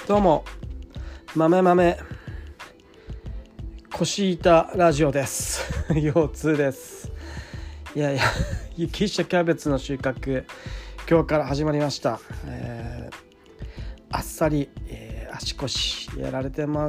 どうも豆腰痛ラジオです腰痛です。雪下キャベツの収穫今日から始まりました。あっさり、足腰やられてます。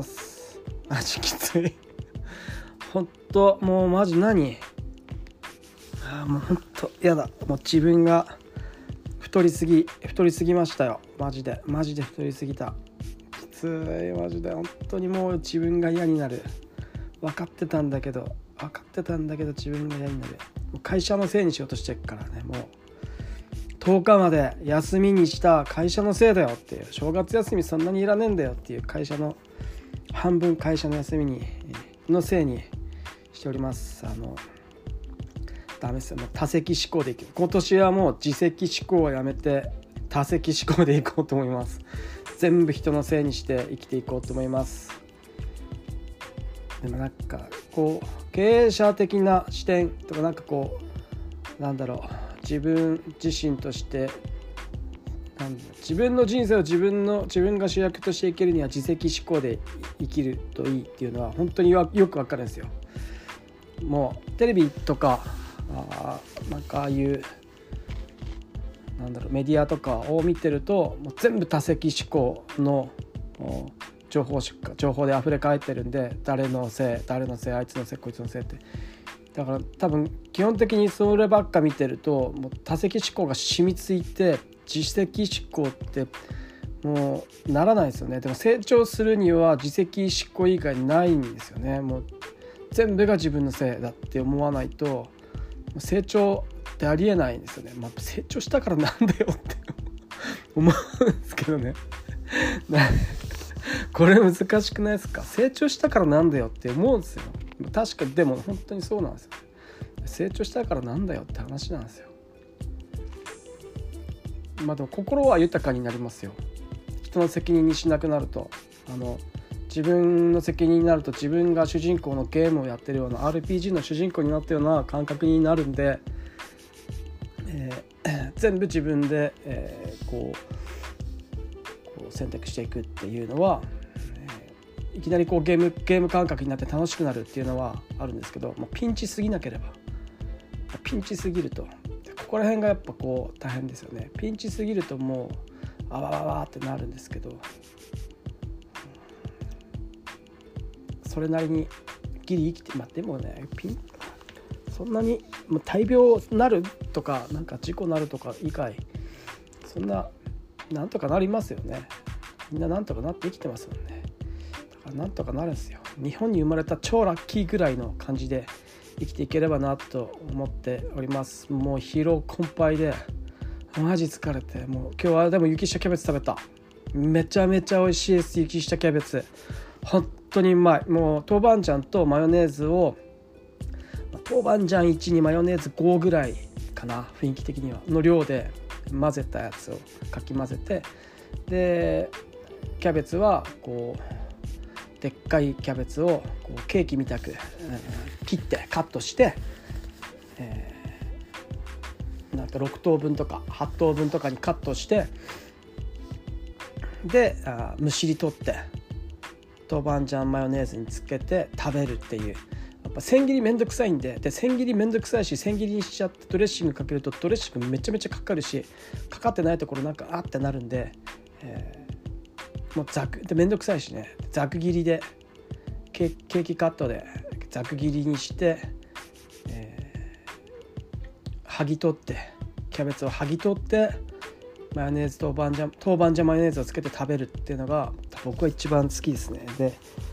マジきついほんともうマジもうほんとやだ。もう自分が太りすぎましたよ。マジで太りすぎた。きついマジで。本当にもう自分が嫌になる。分かってたんだけど自分が嫌になる。もう会社のせいにしようとしてるからね。もう10日まで休みにした会社のせいだよっていう、正月休みそんなにいらねえんだよっていう、会社の半分会社の休みのせいにしております。ダメですよ。もう多責思考でいく。今年はもう自責思考をやめて多責思考でいこうと思います。全部人のせいにして生きていこうと思います。でもなんかこう経営者的な視点とか、なんかこう自分自身として自分の人生を自分が主役として生きるには自責思考で生きるといいっていうのは本当によくわかるんですよ。もうテレビとかなんかああいうメディアとかを見てると、もう全部多責思考の情報で溢れ返ってるんで、誰のせいあいつのせいこいつのせいって。だから多分基本的にそればっか見てると、もう多責思考が染みついて、自責思考ってもうならないですよね。でも成長するには自責思考以外ないんですよね。もう全部が自分のせいだって思わないと成長ってありえないんですよね。成長したからなんだよって思うんですけどねこれ難しくないですか？成長したからなんだよって思うんですよ。確かに。でも本当にそうなんですよ。成長したからなんだよって話なんですよ。でも心は豊かになりますよ。人の責任にしなくなると、自分の責任になると、自分が主人公のゲームをやってるような RPG の主人公になったような感覚になるんで、全部自分で、こう選択していくっていうのは、いきなりこうゲーム感覚になって楽しくなるっていうのはあるんですけど、ピンチすぎなければ。ピンチすぎるとここら辺がやっぱこう大変ですよね。ピンチすぎるともうあわわわってなるんですけど、それなりにギリ生きて、でもね、そんなに大病なるとか、なんか事故なるとか以外、そんななんとかなりますよね。みんななんとかなって生きてますもんね。だからなんとかなるんですよ。日本に生まれた超ラッキーぐらいの感じで生きていければなと思っております。もう疲労困憊でマジ疲れて、もう今日はでも雪下キャベツ食べた。めちゃめちゃ美味しいです。雪下キャベツ本当にうまい。もう豆板醤とマヨネーズを、豆板醤1にマヨネーズ5ぐらいかな、雰囲気的にはの量で混ぜたやつをかき混ぜて、でキャベツはこうでっかいキャベツをこうケーキみたく、切ってカットして、なんか6等分とか8等分とかにカットして、でむしり取って豆板醤マヨネーズにつけて食べるっていう。やっぱ千切りめんどくさいんで、千切りめんどくさいし、千切りにしちゃってドレッシングかけるとドレッシングめちゃめちゃかかるし、かかってないところなんかってなるんで、もうザクでめんどくさいしね、ザク切りでケーキカットでザク切りにして、剥ぎ取って、キャベツを剥ぎ取ってマヨネーズ豆板醤マヨネーズをつけて食べるっていうのが僕は一番好きですね。で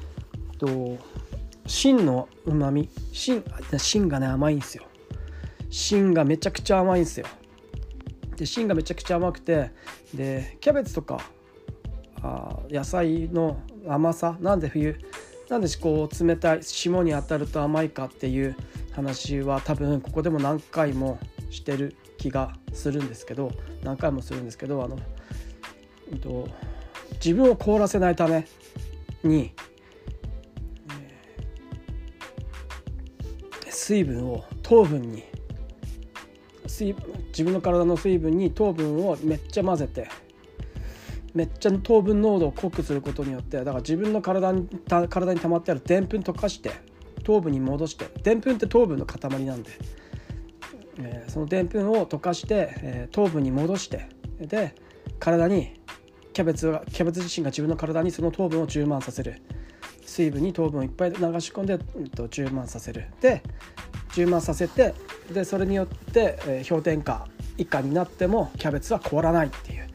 芯のうまみ、芯がね甘いんですよ。芯がめちゃくちゃ甘いんですよ。で芯がめちゃくちゃ甘くて、でキャベツとか野菜の甘さ、なんでこう冷たい霜に当たると甘いかっていう話は多分ここでも何回もしてる気がするんですけど、自分を凍らせないために、水分を糖分に自分の体の水分に糖分をめっちゃ混ぜて、 めっちゃ糖分濃度を濃くすることによって、だから自分の体に溜まってあるでんぷん溶かして糖分に戻して、でんぷんって糖分の塊なんで、そのでんぷんを溶かして、糖分に戻して、で体にキャベツ自身が自分の体にその糖分を充満させる、水分に糖分をいっぱい流し込んで、充満させる。で充満させて、でそれによって、氷点下以下になってもキャベツは凍らないっていう、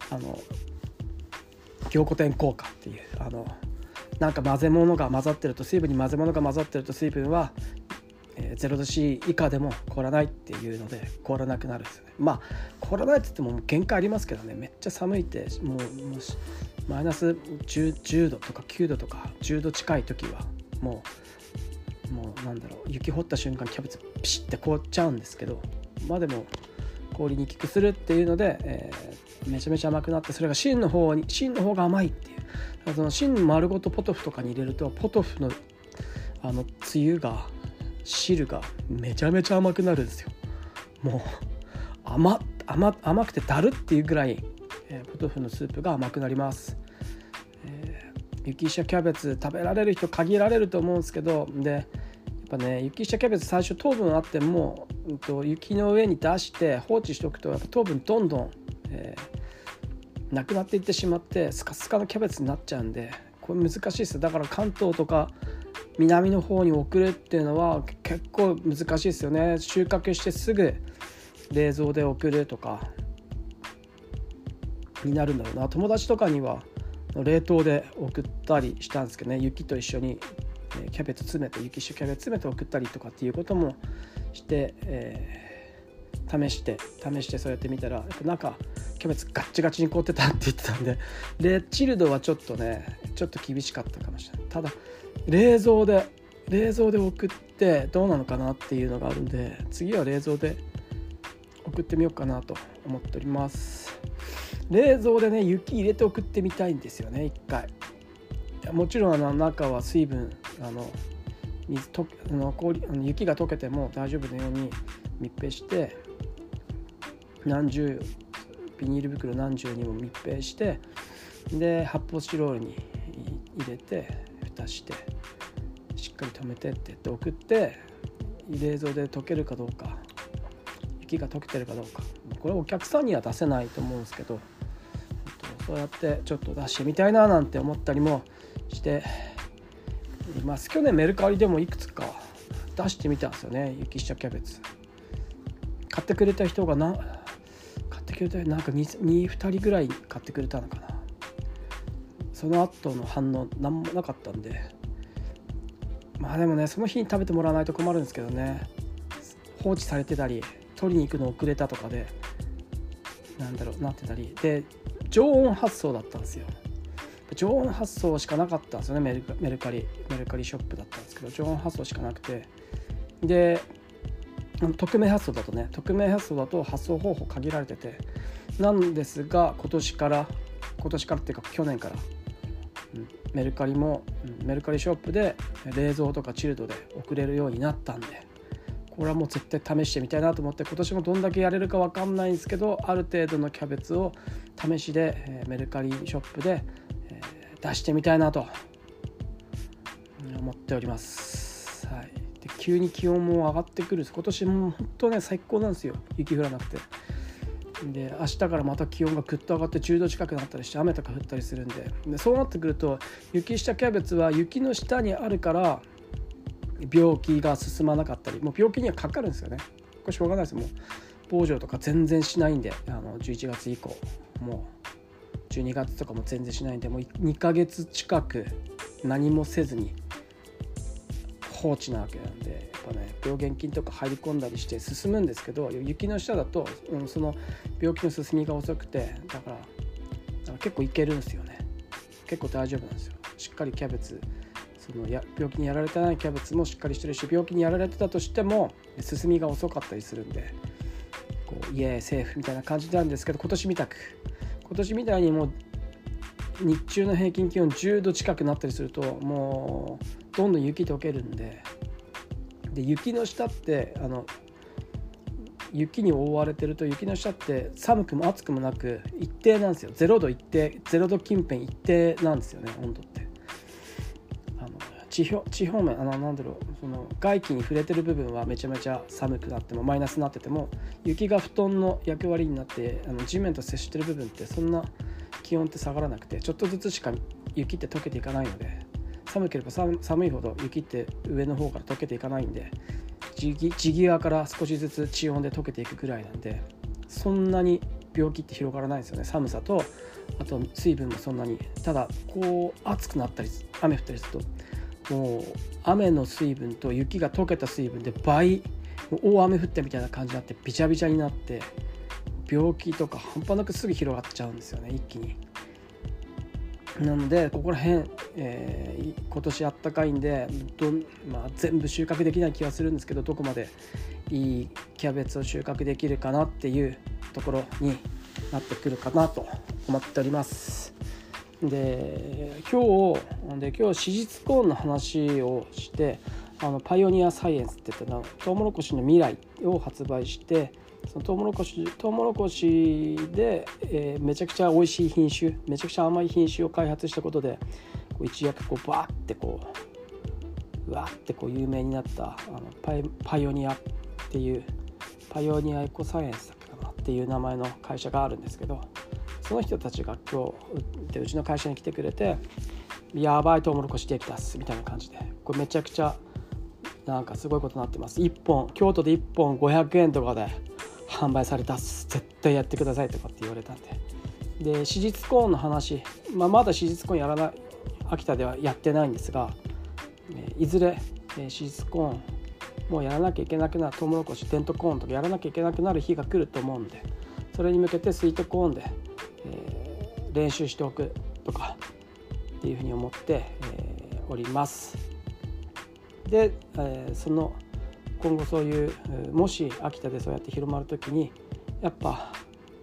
凝固点効果っていう、なんか混ぜ物が混ざってると、水分に混ぜ物が混ざってると水分は0度 C 以下でも凍らないっていうので凍らなくなるんですよね。まあ凍らないって言っても限界ありますけどね、めっちゃ寒いってもうマイナス 10度とか9度とか10度近い時はもうなんだろう、雪掘った瞬間キャベツピシッて凍っちゃうんですけど、まあでも氷に効くするっていうので、めちゃめちゃ甘くなって、それが芯の方が甘いっていう、その芯丸ごとポトフとかに入れると、ポトフのつゆが汁がめちゃめちゃ甘くなるんですよ。もう甘くてだるっていうぐらい、ポトフのスープが甘くなります。雪下キャベツ食べられる人限られると思うんですけど、でやっぱね、雪下キャベツ最初糖分あっても、雪の上に出して放置しておくとやっぱ糖分どんどん、なくなっていってしまってスカスカのキャベツになっちゃうんで、これ難しいです。だから関東とか南の方に送るっていうのは結構難しいですよね。収穫してすぐ冷蔵で送るとかになるんだろうな。友達とかには冷凍で送ったりしたんですけどね、雪と一緒にキャベツ詰めて、雪下キャベツ詰めて送ったりとかっていうこともして、試してそうやってみたら、やっぱ中キャベツガッチガチに凍ってたって言ってたんで、でチルドはちょっと厳しかったかもしれない。ただ冷蔵で送ってどうなのかなっていうのがあるんで、次は冷蔵で送ってみようかなと思っております。冷蔵でね、雪入れて送ってみたいんですよね、一回。もちろん中は水分雪が溶けても大丈夫なように密閉して、ビニール袋何重にも密閉して、で発泡スチロールに入れて蓋してしっかり止めてって言って送って、冷蔵で溶けるかどうか、雪が溶けてるかどうか、これお客さんには出せないと思うんですけど、そうやってちょっと出してみたいななんて思ったりもしています。去年メルカリでもいくつか出してみたんですよね、雪下キャベツ。買ってくれた人がなんか 2人ぐらい買ってくれたのかな。その後の反応何もなかったんで、まあでもね、その日に食べてもらわないと困るんですけどね。放置されてたり取りに行くの遅れたとかでなってたりで、常温発送だったんですよ。常温発送しかなかったんですよね。メルカリショップだったんですけど、常温発送しかなくて、で匿名発送だと発送方法限られてて、なんですが今年からっていうか去年から、メルカリショップで冷蔵とかチルドで送れるようになったんで、これはもう絶対試してみたいなと思って、今年もどんだけやれるか分かんないんですけど、ある程度のキャベツを試しでメルカリショップで出してみたいなと思っております。はい、で急に気温も上がってくる。今年も本当ね最高なんですよ、雪降らなくて。で明日からまた気温がぐっと上がって10度近くなったりして、雨とか降ったりするんで、そうなってくると雪下キャベツは雪の下にあるから病気が進まなかったり、もう病気にはかかるんですよね。これしょうがないです。もう防除とか全然しないんで、11月以降もう12月とかも全然しないんで、もう2ヶ月近く何もせずに放置なわけなんで、やっぱね病原菌とか入り込んだりして進むんですけど、雪の下だと、その病気の進みが遅くて、だから結構いけるんですよね。結構大丈夫なんですよ。しっかりキャベツ、病気にやられてないキャベツもしっかりしてるし、病気にやられてたとしても進みが遅かったりするんで、こうイエーイセーフみたいな感じなんですけど、今年みたいにもう日中の平均気温10度近くなったりすると、もうどんどん雪溶けるんで、雪の下って雪に覆われてると雪の下って寒くも暑くもなく一定なんですよ。0度一定、0度近辺一定なんですよね、温度って。地表面その外気に触れてる部分はめちゃめちゃ寒くなってもマイナスになってても、雪が布団の役割になって地面と接してる部分ってそんな気温って下がらなくて、ちょっとずつしか雪って溶けていかないので、寒ければ寒いほど雪って上の方から溶けていかないんで、地際から少しずつ地温で溶けていくぐらいなんで、そんなに病気って広がらないんですよね。寒さとあと水分もそんなに。ただこう暑くなったり雨降ったりすると、もう雨の水分と雪が溶けた水分で倍、大雨降ったみたいな感じになってビチャビチャになって、病気とか半端なくすぐ広がっちゃうんですよね、一気に。なのでここら辺、今年あったかいんで全部収穫できない気はするんですけど、どこまでいいキャベツを収穫できるかなっていうところになってくるかなと思っております。で今日史実コーンの話をして、パイオニアサイエンスって言ったトウモロコシの未来を発売して、そのトウモロコシで、めちゃくちゃ美味しい品種、めちゃくちゃ甘い品種を開発したことで、一躍バーってうわって有名になったパイオニアっていうパイオニアエコサイエンスだっけかなっていう名前の会社があるんですけど、その人たちが今日うちの会社に来てくれて、やばいトウモロコシできたっすみたいな感じで、これめちゃくちゃなんかすごいことになってます。京都で1本500円とかで販売されたっす、絶対やってくださいとかって言われたんで、史実コーンの話、まだ史実コーン秋田ではやってないんですが、いずれ史実コーンもうやらなきゃいけなくなる、トウモロコシデントコーンとかやらなきゃいけなくなる日が来ると思うんで、それに向けてスイートコーンで、練習しておくとかっていうふうに思って、おります。で、今後そういうもし秋田でそうやって広まるときにやっぱ、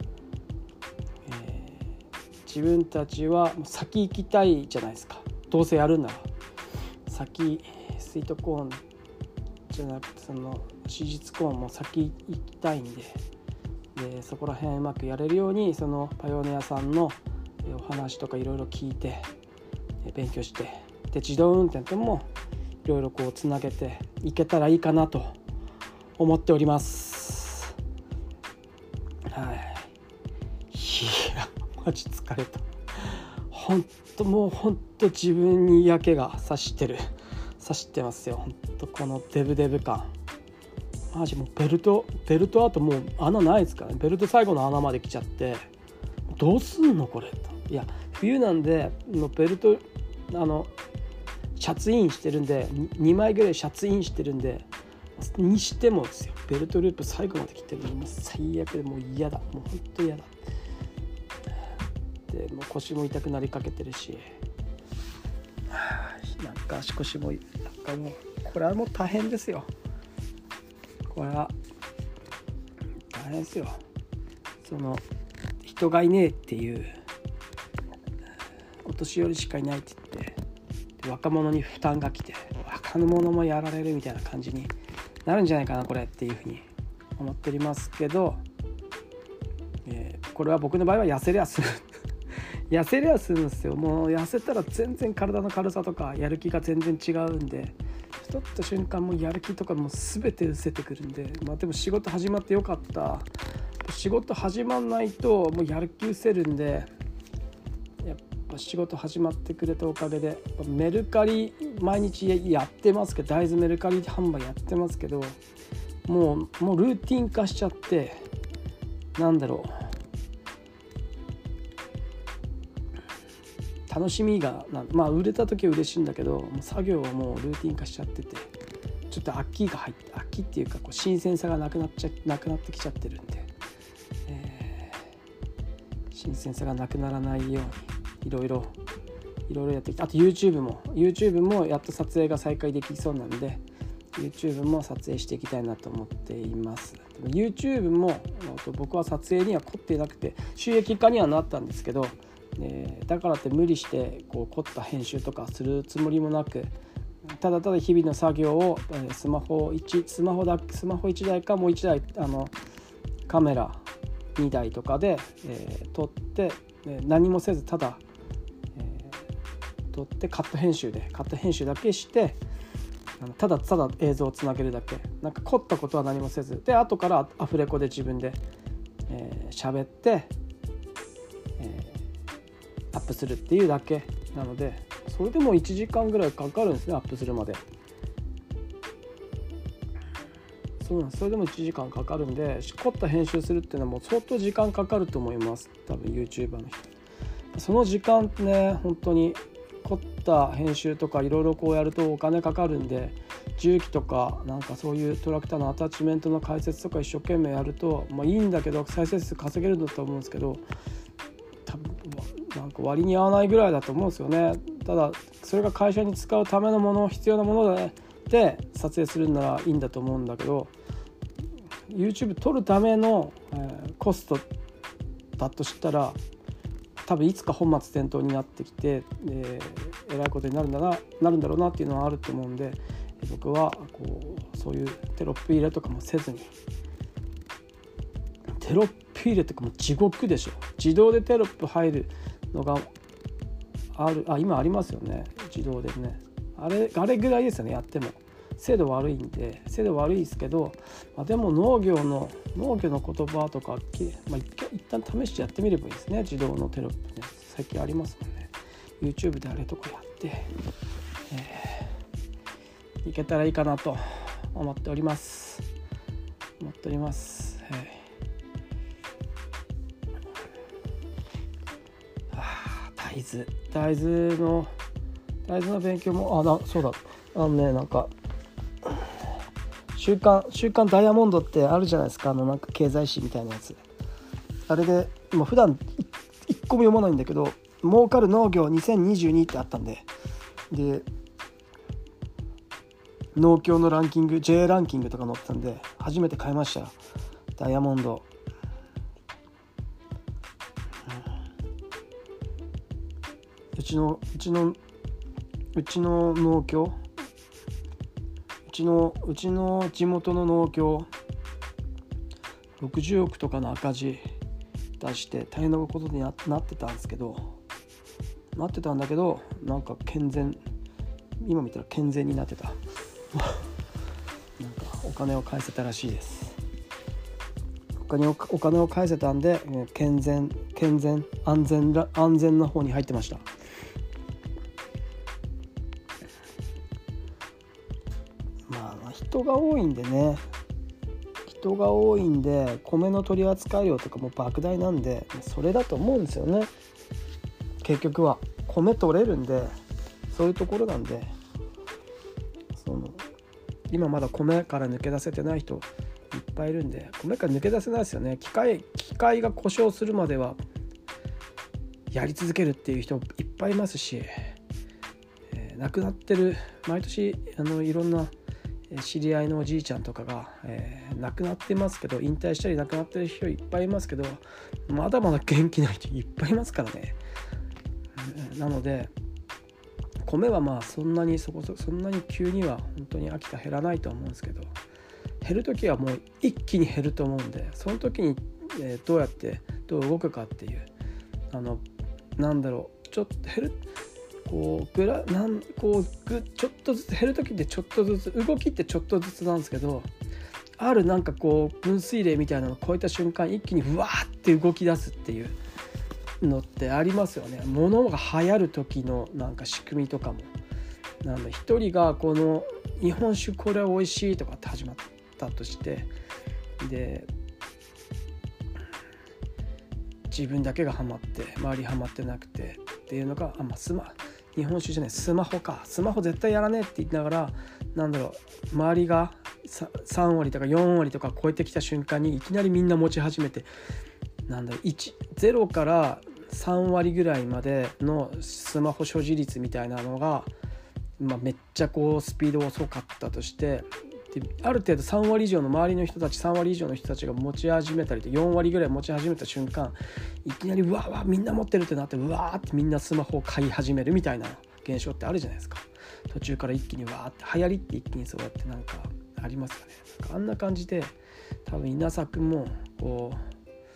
自分たちは先行きたいじゃないですか。どうせやるなら先スイートコーンじゃなくて史実コーンも先行きたいんで、そこら辺うまくやれるようにそのパイオニアさんのお話とかいろいろ聞いて勉強して、で自動運転ともいろいろつなげていけたらいいかなと思っております。はい。いやマジ疲れた。本当自分に嫌気がさしてますよ。本当このデブ感。マジもうベルトあともう穴ないですからね。ベルト最後の穴まで来ちゃって、どうすんのこれと。いや冬なんでのベルトシャツインしてるんで2枚ぐらいシャツインしてるんで、にしてもですよ、ベルトループ最後まで切ってるのもう最悪でもう嫌だ、もう本当嫌だ。でもう腰も痛くなりかけてるし、なんか足腰もなんかもうこれはもう大変ですよ。これは大変ですよ。人がいねえっていうお年寄りしかいないって言って若者に負担が来て若者もやられるみたいな感じになるんじゃないかなこれっていうふうに思っておりますけど、これは僕の場合は痩せりゃする痩せりゃするんですよ。もう痩せたら全然体の軽さとかやる気が全然違うんで、太った瞬間もうやる気とかもう全て失せてくるんで、でも仕事始まってよかった。仕事始まんないともうやる気失せるんで、やっぱ仕事始まってくれたおかげでメルカリ毎日やってますけど、大豆メルカリ販売やってますけど、もうルーティン化しちゃって、楽しみが売れた時は嬉しいんだけど、もう作業はもうルーティン化しちゃってて、ちょっと飽きっていうか新鮮さがなくなってきちゃってるんで、新鮮さがなくならないようにいろいろやってきて、あと YouTube もやっと撮影が再開できそうなんで YouTube も撮影していきたいなと思っています。でも YouTube も僕は撮影には凝っていなくて収益化にはなったんですけど、だからって無理して凝った編集とかするつもりもなく、ただ日々の作業をスマホ1台かもう1台カメラ2台とかで、撮って、何もせずただ、撮ってカット編集だけしてただ映像をつなげるだけ、なんか凝ったことは何もせずで、後からアフレコで自分で喋って、アップするっていうだけなので、それでも1時間ぐらいかかるんですね、アップするまで。そうなんです。それでも1時間かかるんで、凝った編集するっていうのはもう相当時間かかると思います、多分 YouTuber の人。その時間ね、本当に凝った編集とかいろいろこうやるとお金かかるんで、重機とかなんかそういうトラクターのアタッチメントの解説とか一生懸命やると、いいんだけど再生数稼げるんだと思うんですけど、多分なんか割に合わないぐらいだと思うんですよね。ただそれが会社に使うためのもの、必要なもので撮影するならいいんだと思うんだけど、 YouTube 撮るための、コストだとしたら多分いつか本末転倒になってきて、えらいことになるんだろうなっていうのはあると思うんで、僕はそういうテロップ入れとかもせずに、テロップ入れとかも地獄でしょ。自動でテロップ入るのが今ありますよね、自動でね。あれぐらいですよね、やっても。精度悪いですけど、でも農業の言葉とか、一旦試してやってみればいいですね。自動のテロップね、最近ありますもんね。 YouTube であれとかやって、いけたらいいかなと思っております。大豆の勉強もそうだ、なんか週刊ダイヤモンドってあるじゃないですか、なんか経済誌みたいなやつ。あれで普段一個も読まないんだけど、儲かる農業2022ってあったんで、農協のランキング J ランキングとか載ってたんで初めて買いましたよ、ダイヤモンド。うちの農協、うちの地元の農協60億とかの赤字出して大変なことになってたんだけど、なんか今見たら健全になってたなんかお金を返せたらしいです。お金を返せたんで、健全安全な方に入ってました。人が多いんで米の取り扱い量とかも莫大なんで、それだと思うんですよね。結局は米取れるんで、そういうところなんで、今まだ米から抜け出せてない人いっぱいいるんで、米から抜け出せないですよね。機械が故障するまではやり続けるっていう人いっぱいいますし、亡くなってる、毎年いろんな知り合いのおじいちゃんとかが、亡くなってますけど、引退したり亡くなってる人いっぱいいますけど、まだまだ元気な人いっぱいいますからね。なので米はそんなに急には本当に秋田減らないとは思うんですけど、減るときはもう一気に減ると思うんで、その時に、どう動くかっていう、ちょっと減る、ちょっとずつ減るときってちょっとずつ、動きってちょっとずつなんですけど、ある分水嶺みたいなのを超えた瞬間、一気にうわーって動き出すっていうのってありますよね。物が流行る時の仕組みとかも、一人がこの日本酒これ美味しいとかって始まったとして、で自分だけがハマって周りハマってなくてっていうのが、日本酒じゃない、スマホ絶対やらねえって言いながら、周りが3割とか4割とか超えてきた瞬間にいきなりみんな持ち始めて、0から3割ぐらいまでのスマホ所持率みたいなのが、めっちゃスピード遅かったとして、である程度3割以上の周りの人たち、3割以上の人たちが持ち始めたりと、4割ぐらい持ち始めた瞬間、いきなりうわーみんな持ってるってなって、うわーってみんなスマホを買い始めるみたいな現象ってあるじゃないですか。途中から一気にわーって流行りって一気にそうやってありますよね。あんな感じで多分稲作もこう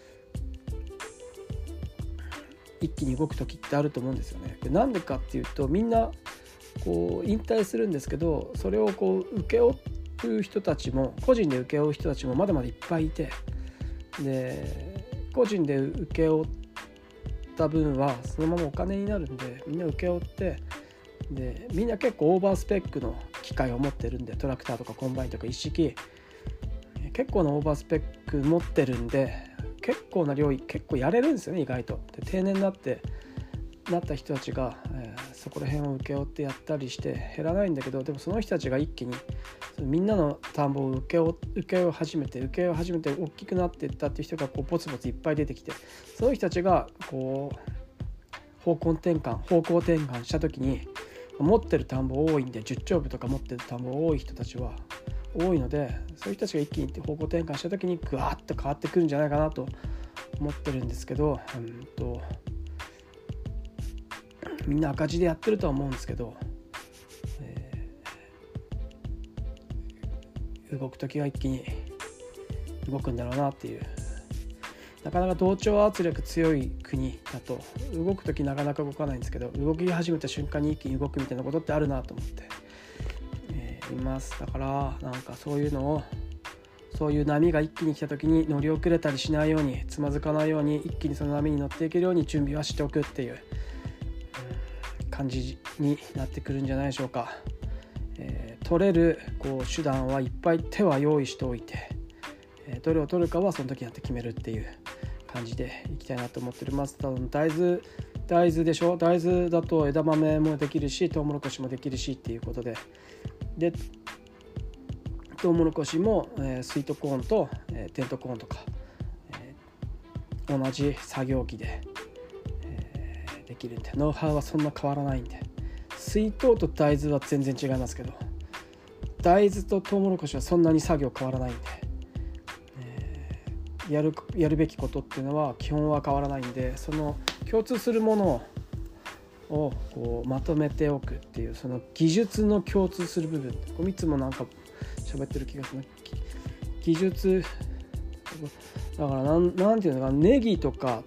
一気に動く時ってあると思うんですよね。なんでかっていうと、みんなこう引退するんですけど、それをこう請け負う人たちも、個人で請け負う人たちもまだまだいっぱいいて、で個人で請け負った分はそのままお金になるんで、みんな請け負って、でみんな結構オーバースペックの機械を持ってるんで、トラクターとかコンバインとか一式結構なオーバースペック持ってるんで、結構な量結構やれるんですよね、意外と。で定年になった人たちが、そこら辺を請け負ってやったりして減らないんだけど、でもその人たちが一気にみんなの田んぼを請け負い始めて大きくなっていったっていう人がこうボツボツいっぱい出てきて、その人たちがこう方向転換した時に、持ってる田んぼ多いんで、10丁部とか持ってる田んぼ多い人たちは多いので、そういう人たちが一気に方向転換した時にグワーッと変わってくるんじゃないかなと思ってるんですけど、みんな赤字でやってるとは思うんですけど、動く時は一気に動くんだろうなっていう。なかなか同調圧力強い国だと動く時なかなか動かないんですけど、動き始めた瞬間に一気に動くみたいなことってあるなと思って、います。だからなんかそういう波が一気に来た時に乗り遅れたりしないように、つまずかないように、一気にその波に乗っていけるように準備はしておくっていう感じになってくるんじゃないでしょうか。取れるこう手段はいっぱい手は用意しておいて、どれを取るかはその時になって決めるっていう感じでいきたいなと思っております。多分大豆でしょ。大豆だと枝豆もできるし、トウモロコシもできるしっていうことで、トウモロコシも、スイートコーンと、テントコーンとか、同じ作業機で、できるんで、ノウハウはそんな変わらないんで。水筒と大豆は全然違いますけど、大豆とトウモロコシはそんなに作業変わらないんで、やるべきことっていうのは基本は変わらないんで、その共通するものをこうまとめておくっていう、その技術の共通する部分、いつもなんか喋ってる気がする。技術だからなんていうのかな、ネギとか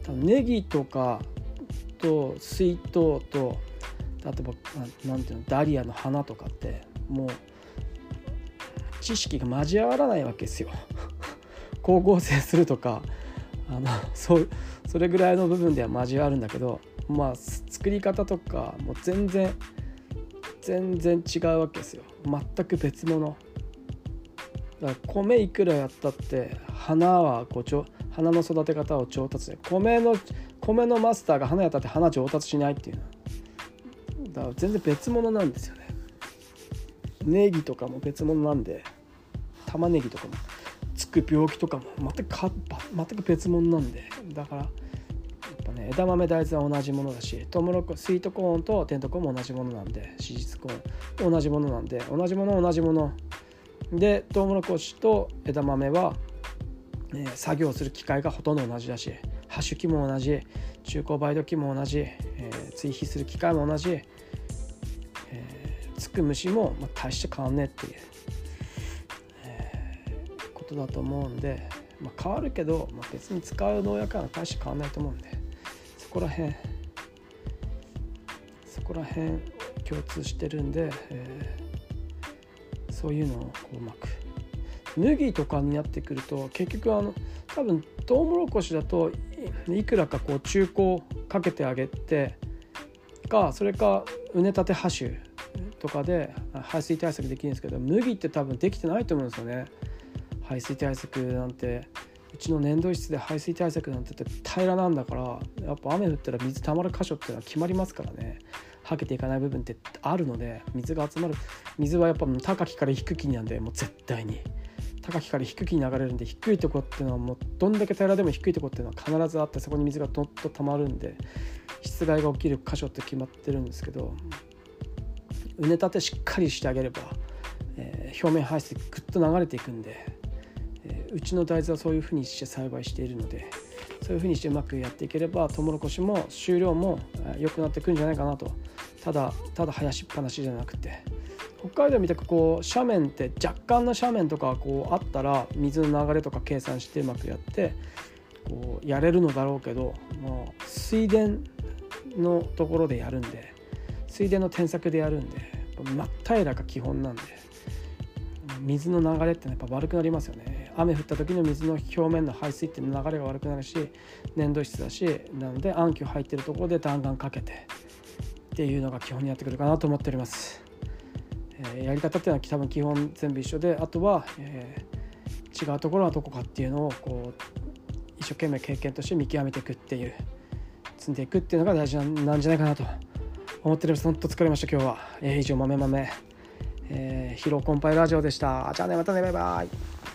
と水筒と、例えばなんていうの、ダリアの花とかってもう知識が交わらないわけですよ。光合成するとかそれぐらいの部分では交わるんだけど、作り方とかもう全然違うわけですよ。全く別物だから。米いくらやったって花の育て方を上達で、米のマスターが花やったって花上達しないっていうのだから全然別物なんですよね。ネギとかも別物なんで、玉ねぎとかもつく病気とかも全く別物なんで、だからやっぱね、枝豆大豆は同じものだし、トウモロコシ、スイートコーンとテントコーンも同じものなんで、シジツコーン同じものなんで、同じもので、トウモロコシと枝豆は、作業する機械がほとんど同じだし、ハッシュ機も同じ、中高培土機も同じ、追肥する機械も同じ、つく虫も大して変わんねえっていう、ことだと思うんで、変わるけど、別に使う農薬は大して変わんないと思うんで、そこら辺共通してるんで、そういうのをこううまく。麦とかになってくると、結局多分トウモロコシだといくらかこう中耕かけてあげてか、それか畝立てハシュとかで排水対策できるんですけど、麦って多分できてないと思うんですよね。排水対策なんて、うちの粘土質で排水対策なんて平らなんだから、やっぱ雨降ったら水溜まる箇所っていうのは決まりますからね。はけていかない部分ってあるので、水が集まる、水はやっぱ高きから低きなんで、もう絶対に高きから低きに流れるんで、低いところっていうのはもうどんだけ平らでも低いところっていうのは必ずあって、そこに水がどっと溜まるんで、湿害が起きる箇所って決まってるんですけど、畝立てしっかりしてあげれば、表面排水ぐっと流れていくんで、うちの大豆はそういうふうにして栽培しているので、そういうふうにしてうまくやっていければ、トウモロコシも収量も良くなってくるんじゃないかなと。ただ生やしっぱなしじゃなくて、 北海道みたくこう斜面って若干の斜面とかこうあったら水の流れとか計算してうまくやってこうやれるのだろうけど、もう水田のところでやるんで、水田の添削でやるんで真っ平らが基本なんで、水の流れってやっぱ悪くなりますよね。雨降った時の水の表面の排水っていうの流れが悪くなるし、粘土質だし、なので暗渠入ってるところで弾丸かけてっていうのが基本になってくるかなと思っております。やり方っていうのは多分基本全部一緒で、あとは、違うところはどこかっていうのをこう一生懸命経験として見極めていくっていう、積んでいくっていうのが大事なんじゃないかなと思っております。本当疲れました今日は。以上豆疲労困憊ラジオでした。じゃあね、またね、バイバイ。